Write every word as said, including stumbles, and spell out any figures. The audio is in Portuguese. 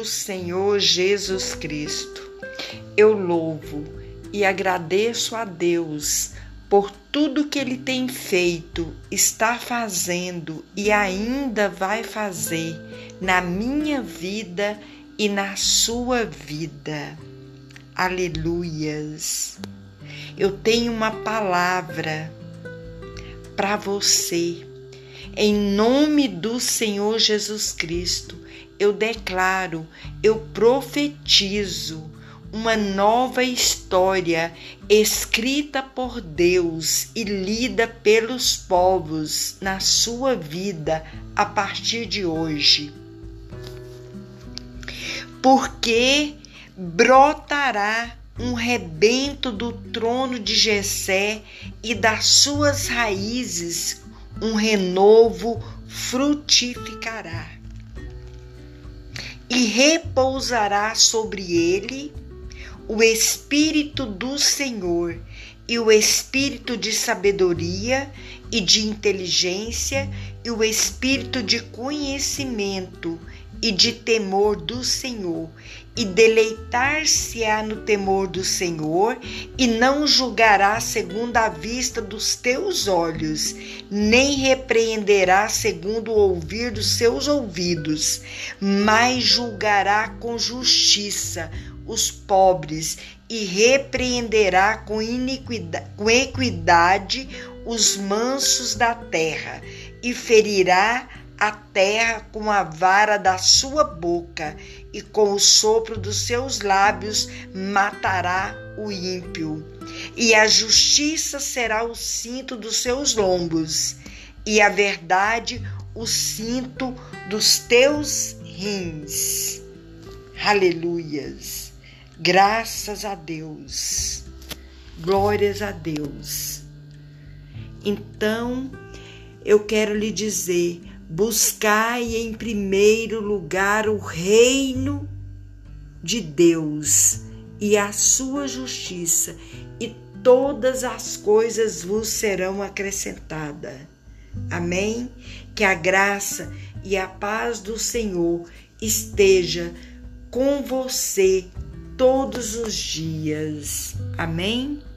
do Senhor Jesus Cristo. Eu louvo e agradeço a Deus por tudo que Ele tem feito, está fazendo e ainda vai fazer na minha vida e na sua vida. Aleluias! Eu tenho uma palavra para você. Em nome do Senhor Jesus Cristo, eu declaro, eu profetizo uma nova história escrita por Deus e lida pelos povos na sua vida a partir de hoje. Porque brotará um rebento do trono de Jessé e das suas raízes um renovo frutificará. E repousará sobre ele o Espírito do Senhor e o Espírito de sabedoria e de inteligência e o Espírito de conhecimento e de temor do Senhor, e deleitar-se-á no temor do Senhor, e não julgará segundo a vista dos teus olhos, nem repreenderá segundo o ouvir dos seus ouvidos, mas julgará com justiça os pobres, e repreenderá com, iniquidade, com equidade os mansos da terra, e ferirá a terra com a vara da sua boca, e com o sopro dos seus lábios matará o ímpio. E a justiça será o cinto dos seus lombos, e a verdade o cinto dos teus rins. Aleluias! Graças a Deus! Glórias a Deus! Então, eu quero lhe dizer: buscai em primeiro lugar o reino de Deus e a sua justiça, e todas as coisas vos serão acrescentadas. Amém? Que a graça e a paz do Senhor esteja com você todos os dias. Amém?